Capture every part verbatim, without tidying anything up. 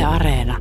Areena.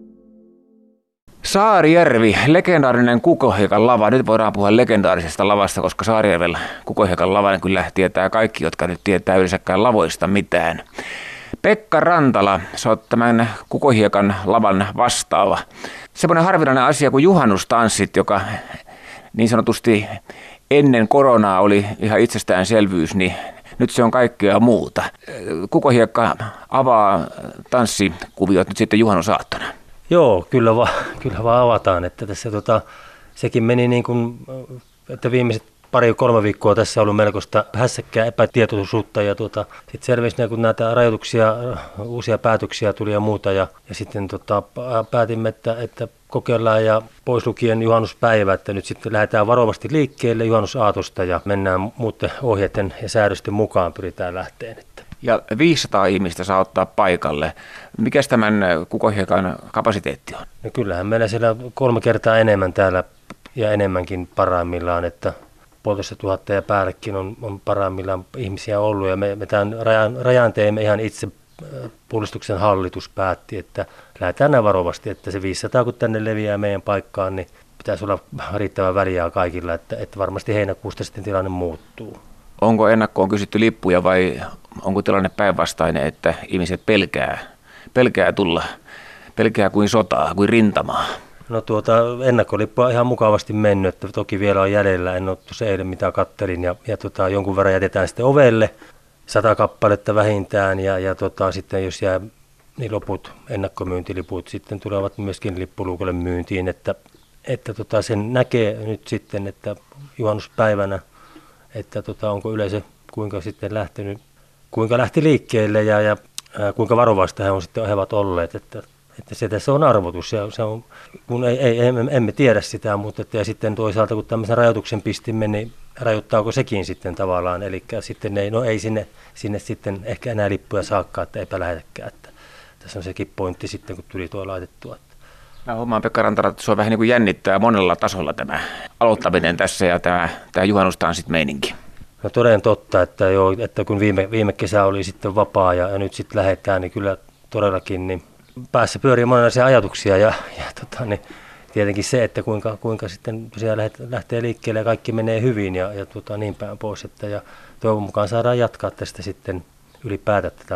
Saarijärvi, legendaarinen Kukohiekan lava. Nyt voidaan puhua legendaarisesta lavasta, koska Saarijärvellä Kukohiekan lava kyllä tietää kaikki, jotka nyt tietää yleensäkään lavoista mitään. Pekka Rantala, sä oot tämän Kukohiekan lavan vastaava. Semmoinen harvinainen asia kuin juhannustanssit, joka niin sanotusti ennen koronaa oli ihan itsestäänselvyys, niin nyt se on kaikkea muuta. Kukohiekka avaa tanssikuviot nyt sitten juhannusaattona. Joo, kyllä, va, kyllä vaan avataan. Että tässä, tota, sekin meni niin kuin, että viimeiset pari-kolme viikkoa tässä on ollut melkoista hässäkkää epätietoisuutta. Ja tuota, sitten selvästi kun näitä rajoituksia, uusia päätöksiä tuli ja muuta. Ja, ja sitten tota, päätimme, että, että kokeillaan ja pois lukien juhannuspäivä, että nyt sitten lähdetään varovasti liikkeelle juhannusaatosta ja mennään muuten ohjeiden ja säädösten mukaan pyritään lähteen. Ja viisisataa ihmistä saa ottaa paikalle. Mikäs tämän Kukohiekan kapasiteetti on? No kyllähän meillä siellä kolme kertaa enemmän täällä ja enemmänkin parhaimmillaan, että puolitoista tuhatta ja päällekin on, on parhaimmillaan ihmisiä ollut. Ja me, me tämän rajan, rajan teemme ihan itse, puolustuksen hallitus päätti, että lähdetään näin varovasti, että se viisisataa kun tänne leviää meidän paikkaan, niin pitäisi olla riittävän väliä kaikilla, että, että varmasti heinäkuusta sitten tilanne muuttuu. Onko ennakkoon kysytty lippuja vai onko tilanne päinvastainen, että ihmiset pelkää, pelkää tulla, pelkää kuin sotaa, kuin rintamaa? No tuota, ennakkolippu on ihan mukavasti mennyt, että toki vielä on jäljellä, en ole tuossa eilen mitä kattelin ja, ja tota, jonkun verran jätetään sitten ovelle, sata kappaletta vähintään ja, ja tota, sitten jos jää niin loput ennakkomyyntiliput sitten tulevat myöskin lippuluukolle myyntiin, että, että tota, sen näkee nyt sitten, että juhannuspäivänä, että tota, onko yleisö kuinka sitten lähtenyt, kuinka lähti liikkeelle ja, ja ää, kuinka varovaista he on sitten he ovat olleet, että, että se tässä on arvotus ja se on, kun ei, ei, emme, emme tiedä sitä, mutta että, ja sitten toisaalta kun tämmöisen rajoituksen pistimme, niin rajoittaako sekin sitten tavallaan, eli sitten ei, no ei sinne, sinne sitten ehkä enää lippuja saakkaan, että eipä lähetäkään, että tässä on sekin pointti sitten, kun tuli tuo laitettua. Mä huomaan Pekka Rantala, että se on vähän niin kuin jännittää monella tasolla tämä aloittaminen tässä ja tämä, tämä juhannustanssit meininki. No toden totta, että, joo, että kun viime, viime kesä oli sitten vapaa ja, ja nyt sitten lähdetään, niin kyllä todellakin niin päässä pyörii monenlaisia ajatuksia ja, ja tota, niin tietenkin se, että kuinka, kuinka sitten siellä lähtee liikkeelle ja kaikki menee hyvin ja, ja tota, niin päin pois. Että, ja toivon mukaan saadaan jatkaa tästä sitten ylipäätään tätä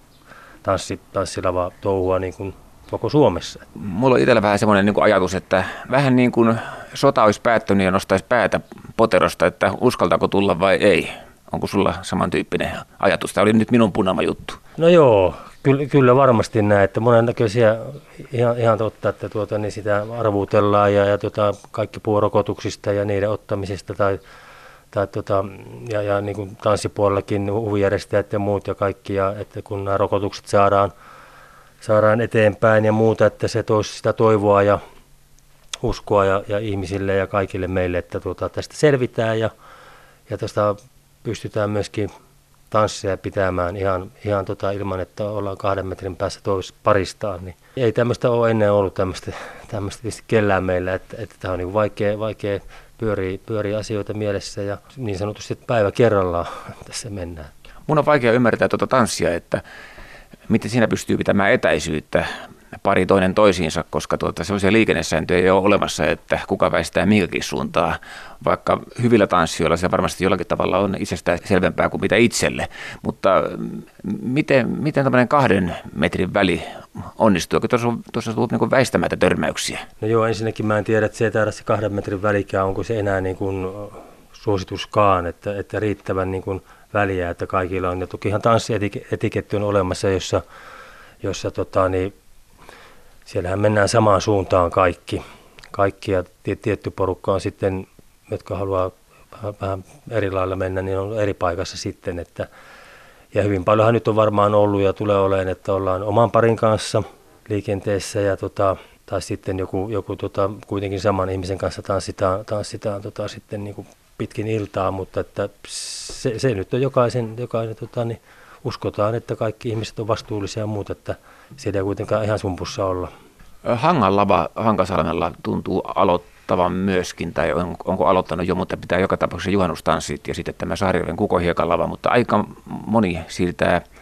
tanssi, tanssilava touhua niin kuin koko Suomessa. Mulla on itsellä vähän semmoinen niin kuin ajatus, että vähän niin kuin sota olisi päättynyt ja nostaisi päätä poterosta, että uskaltaako tulla vai ei. Onko sulla samantyyppinen ajatus? Tämä oli nyt minun punaama juttu. No joo, kyllä, kyllä varmasti näin, että monennäköisiä, ihan, ihan totta, että tuota, niin sitä arvuutellaan ja, ja tuota, kaikki puhuu rokotuksista ja niiden ottamisesta tai, tai tuota, ja, ja niin kuin tanssipuolellakin huvijärjestäjät ja muut ja kaikki, ja että kun nämä rokotukset saadaan saadaan eteenpäin ja muuta, että se toisi sitä toivoa ja uskoa ja, ja ihmisille ja kaikille meille, että tuota, tästä selvitään ja, ja tästä pystytään myöskin tanssia pitämään ihan, ihan tota, ilman, että ollaan kahden metrin päässä tois paristaan. Niin ei tämmöistä ole ennen ollut tämmöistä, tämmöistä kellään meillä, että, että tämä on niin vaikea, vaikea pyörii, pyörii asioita mielessä ja niin sanotusti päivä kerrallaan tässä mennään. Mun on vaikea ymmärtää tuota tanssia, että miten siinä pystyy pitämään etäisyyttä pari toinen toisiinsa, koska tuota, sellaisia liikennesääntöjä ei ole olemassa, että kuka väistää minkäkin suuntaan, vaikka hyvillä tanssijoilla se varmasti jollakin tavalla on itsestään selvempää kuin mitä itselle, mutta miten, miten tämmöinen kahden metrin väli onnistuu, kun tuossa on, tuossa on tullut niin kuin väistämättä törmäyksiä? No joo, ensinnäkin mä en tiedä, että se ei taida se kahden metrin välikään, onko se enää niin kuin suosituskaan, että, että riittävän niin kuin väliä, että kaikilla on. Ja tokihan tanssietiketti on olemassa, jossa, jossa tota, niin, siellähän mennään samaan suuntaan kaikki. Kaikki ja tietty porukka on sitten, jotka haluaa vähän eri lailla mennä, niin on eri paikassa sitten. Että, ja hyvin paljonhan nyt on varmaan ollut ja tulee olemaan, että ollaan oman parin kanssa liikenteessä ja tota, tai sitten joku, joku tota, kuitenkin saman ihmisen kanssa tanssitaan, tanssitaan tota, sitten niin kuin pitkin iltaa, mutta että se, se nyt on jokaisen, jokainen tota, niin uskotaan, että kaikki ihmiset on vastuullisia ja muuta, että siellä ei kuitenkaan ihan sumpussa olla. Hangan lava Hankasalmella tuntuu aloittavan myöskin, tai on, onko aloittanut jo, mutta pitää joka tapauksessa juhannustanssit ja sitten tämä Saarijärven Kukohiekan lava, mutta aika moni siirtää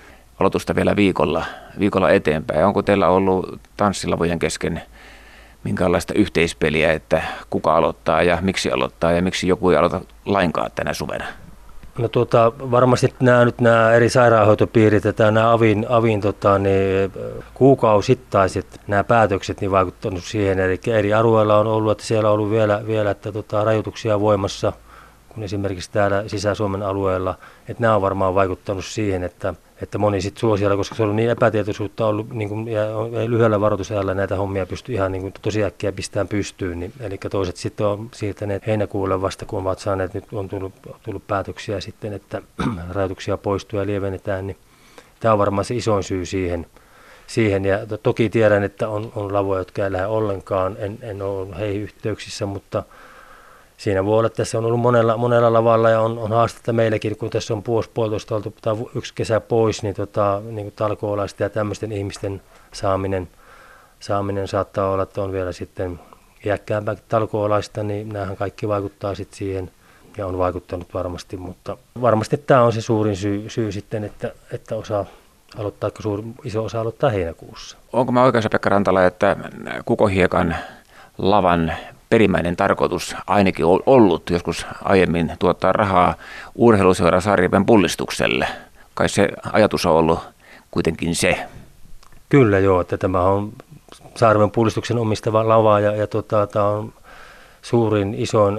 aloitusta vielä viikolla, viikolla eteenpäin. Onko teillä ollut tanssilavojen kesken minkälaista yhteispeliä, että kuka aloittaa ja miksi aloittaa ja miksi joku ei aloita lainkaan tänä suvena? No tuota, varmasti nämä, nyt nämä eri sairaanhoitopiirit ja nämä avin, avin tota, niin, kuukausittaiset nämä päätökset niin vaikuttanut siihen. Eli eri alueilla on ollut, että siellä on ollut vielä, vielä että, tota, rajoituksia voimassa, kun esimerkiksi täällä Sisä-Suomen alueella. Että nämä on varmaan vaikuttanut siihen, että, että moni sitten suosiolla, koska se on ollut niin epätietoisuutta ollut, niin kuin, ja lyhyellä varoitusajalla näitä hommia pystyy ihan niin kuin, tosi äkkiä pistämään pystyyn. Niin, eli toiset sitten on siirtäneet heinäkuulle vasta, kun ovat saaneet, nyt on tullut, tullut päätöksiä sitten, että rajoituksia poistuu ja lievennetään. Niin tämä on varmaan se isoin syy siihen. siihen. Ja toki tiedän, että on, on lavoja, jotka ei lähde ollenkaan, en, en ole heihin yhteyksissä, mutta siinä voi olla, että tässä on ollut monella, monella lavalla ja on, on haastetta meilläkin, kun tässä on vuosi puolitoista oltu tai yksi kesä pois, niin, tota, niin kuin talkoolaisten ja tämmöisten ihmisten saaminen, saaminen saattaa olla, että on vielä sitten iäkkäämpää talkoolaista, niin näähän kaikki vaikuttaa sitten siihen ja on vaikuttanut varmasti, mutta varmasti tämä on se suurin syy, syy sitten, että, että osa aloittaa, suuri, iso osa aloittaa heinäkuussa. Onko mä oikeassa, Pekka Rantala, että Kukonhiekan lavan perimmäinen tarkoitus ainakin on ollut joskus aiemmin tuottaa rahaa urheiluseura Saarijärven pullistukselle? Kai se ajatus on ollut kuitenkin se. Kyllä joo, että tämä on Saarijärven pullistuksen omistava lava ja, ja tota, tämä on suurin isoin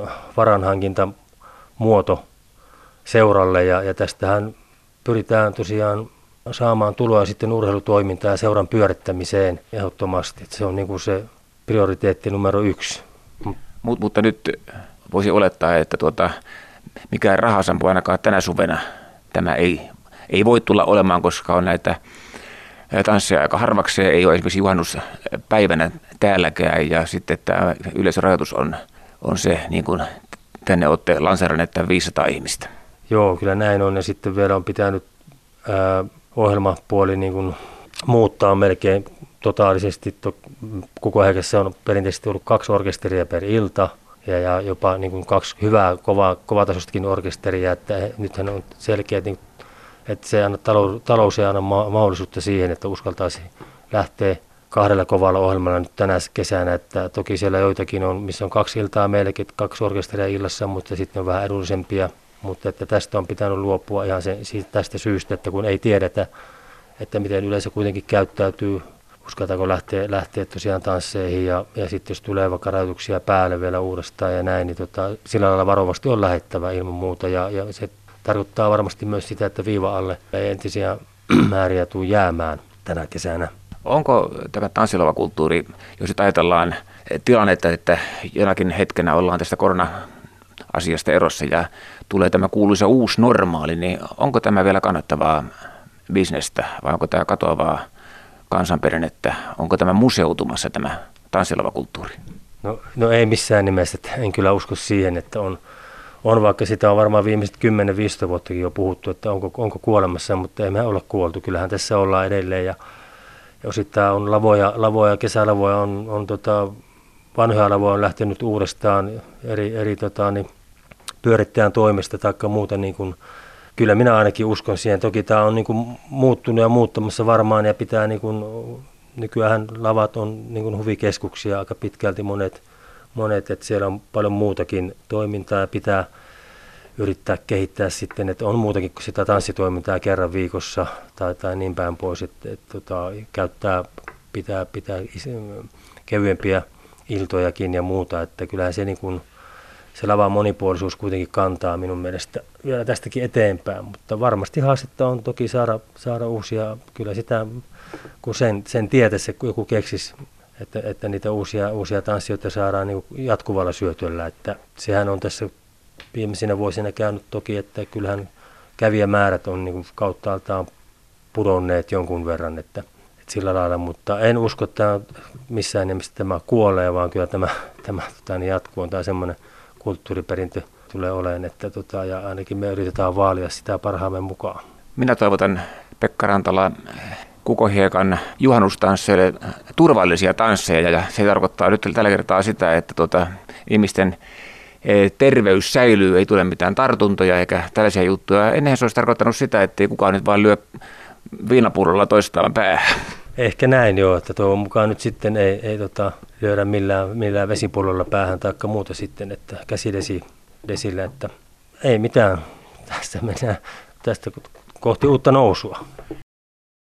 varanhankintamuoto seuralle ja, ja tästähän pyritään tosiaan saamaan tuloa sitten urheilutoimintaan ja seuran pyörittämiseen ehdottomasti. Että se on niin kuin se prioriteetti numero yksi. Mut, mutta nyt voisi olettaa, että tuota, mikään rahasampu ainakaan tänä suvena tämä ei, ei voi tulla olemaan, koska on näitä tansseja aika harvakseen, ei ole esimerkiksi juhannuspäivänä täälläkään ja sitten tämä yleisörajoitus on, on se, niin kuin tänne olette lanseeranneet tämän viisisataa ihmistä. Joo, kyllä näin on ja sitten vielä on pitänyt ää, ohjelmapuoli niin kuin muuttaa melkein totaalisesti. Kukonhiekässä on perinteisesti ollut kaksi orkesteria per ilta ja, ja jopa niin kuin kaksi hyvää, kovaa, kovatasoistakin orkesteria. Että nythän on selkeä, että se anna, talous, talous ei anna mahdollisuutta siihen, että uskaltaisi lähteä kahdella kovalla ohjelmalla nyt tänä kesänä. Että toki siellä joitakin on, missä on kaksi iltaa meillekin, kaksi orkesteria illassa, mutta sitten on vähän edullisempia. Mutta että tästä on pitänyt luopua ihan sen, siitä, tästä syystä, että kun ei tiedetä, että miten yleensä kuitenkin käyttäytyy, uskaltaako lähteä, lähteä tosiaan tansseihin ja, ja sitten jos tulee vaikka rajoituksia päälle vielä uudestaan ja näin, niin tota, sillä lailla varovasti on lähettävä ilman muuta ja, ja se tarkoittaa varmasti myös sitä, että viiva alle ei entisiä määriä tule jäämään tänä kesänä. Onko tämä tanssilovakulttuuri, jos nyt ajatellaan tilannetta, että jonakin hetkenä ollaan tästä korona-asiasta erossa ja tulee tämä kuuluisa uusi normaali, niin onko tämä vielä kannattavaa bisnestä vai onko tämä katoavaa kansanperinnettä? Onko tämä museutumassa tämä tanssilovakulttuuri? No, no ei missään nimessä, että en kyllä usko siihen, että on, on vaikka sitä on varmaan viimeiset kymmenen viisitoista vuottakin jo puhuttu, että onko, onko kuolemassa, mutta ei me olla kuoltu. Kyllähän tässä ollaan edelleen ja, ja osittain on lavoja, lavoja kesälavoja, on, on tota, vanhoja lavoja on lähtenyt uudestaan eri, eri tota, niin, pyörittäjän toimesta tai muuta niin kuin. Kyllä minä ainakin uskon siihen. Toki tämä on niin kuin muuttunut ja muuttamassa varmaan ja pitää, niin kuin, nykyään lavat on niin kuin huvikeskuksia aika pitkälti monet, monet, että siellä on paljon muutakin toimintaa ja pitää yrittää kehittää sitten, että on muutakin kuin sitä tanssitoimintaa kerran viikossa tai, tai niin päin pois, että, että, että käyttää, pitää, pitää kevyempiä iltojakin ja muuta, että kyllähän se niin kuin se lavan monipuolisuus kuitenkin kantaa minun mielestä vielä tästäkin eteenpäin, mutta varmasti haastetta on toki saada, saada uusia, kyllä sitä, kun sen, sen tietäisi, kun joku keksisi, että, että niitä uusia, uusia tanssijoita saadaan niin jatkuvalla syötöllä, että sehän on tässä viimeisinä vuosina käynyt toki, että kyllähän kävijämäärät on niin kauttaaltaan pudonneet jonkun verran, että, että sillä lailla, mutta en usko, että missään nimessä tämä kuolee, vaan kyllä tämä, tämä tota, niin jatkuu, on tämä semmoinen kulttuuriperintö tulee olemaan, että tota, ja ainakin me yritetään vaalia sitä parhaamme mukaan. Minä toivotan Pekka Rantala Kukonhiekan juhannustansseille turvallisia tansseja ja se tarkoittaa nyt tällä kertaa sitä, että tota, ihmisten terveys säilyy, ei tule mitään tartuntoja eikä tällaisia juttuja. Ennenhän se olisi tarkoittanut sitä, että ei kukaan nyt vaan lyö viinapullolla toistaan päähän. Ehkä näin joo, että toivon mukaan nyt sitten ei, ei tota, lyödä millään, millään vesipullolla päähän tai muuta sitten, että käsidesi desillä, että ei mitään, tästä mennään tästä kohti uutta nousua.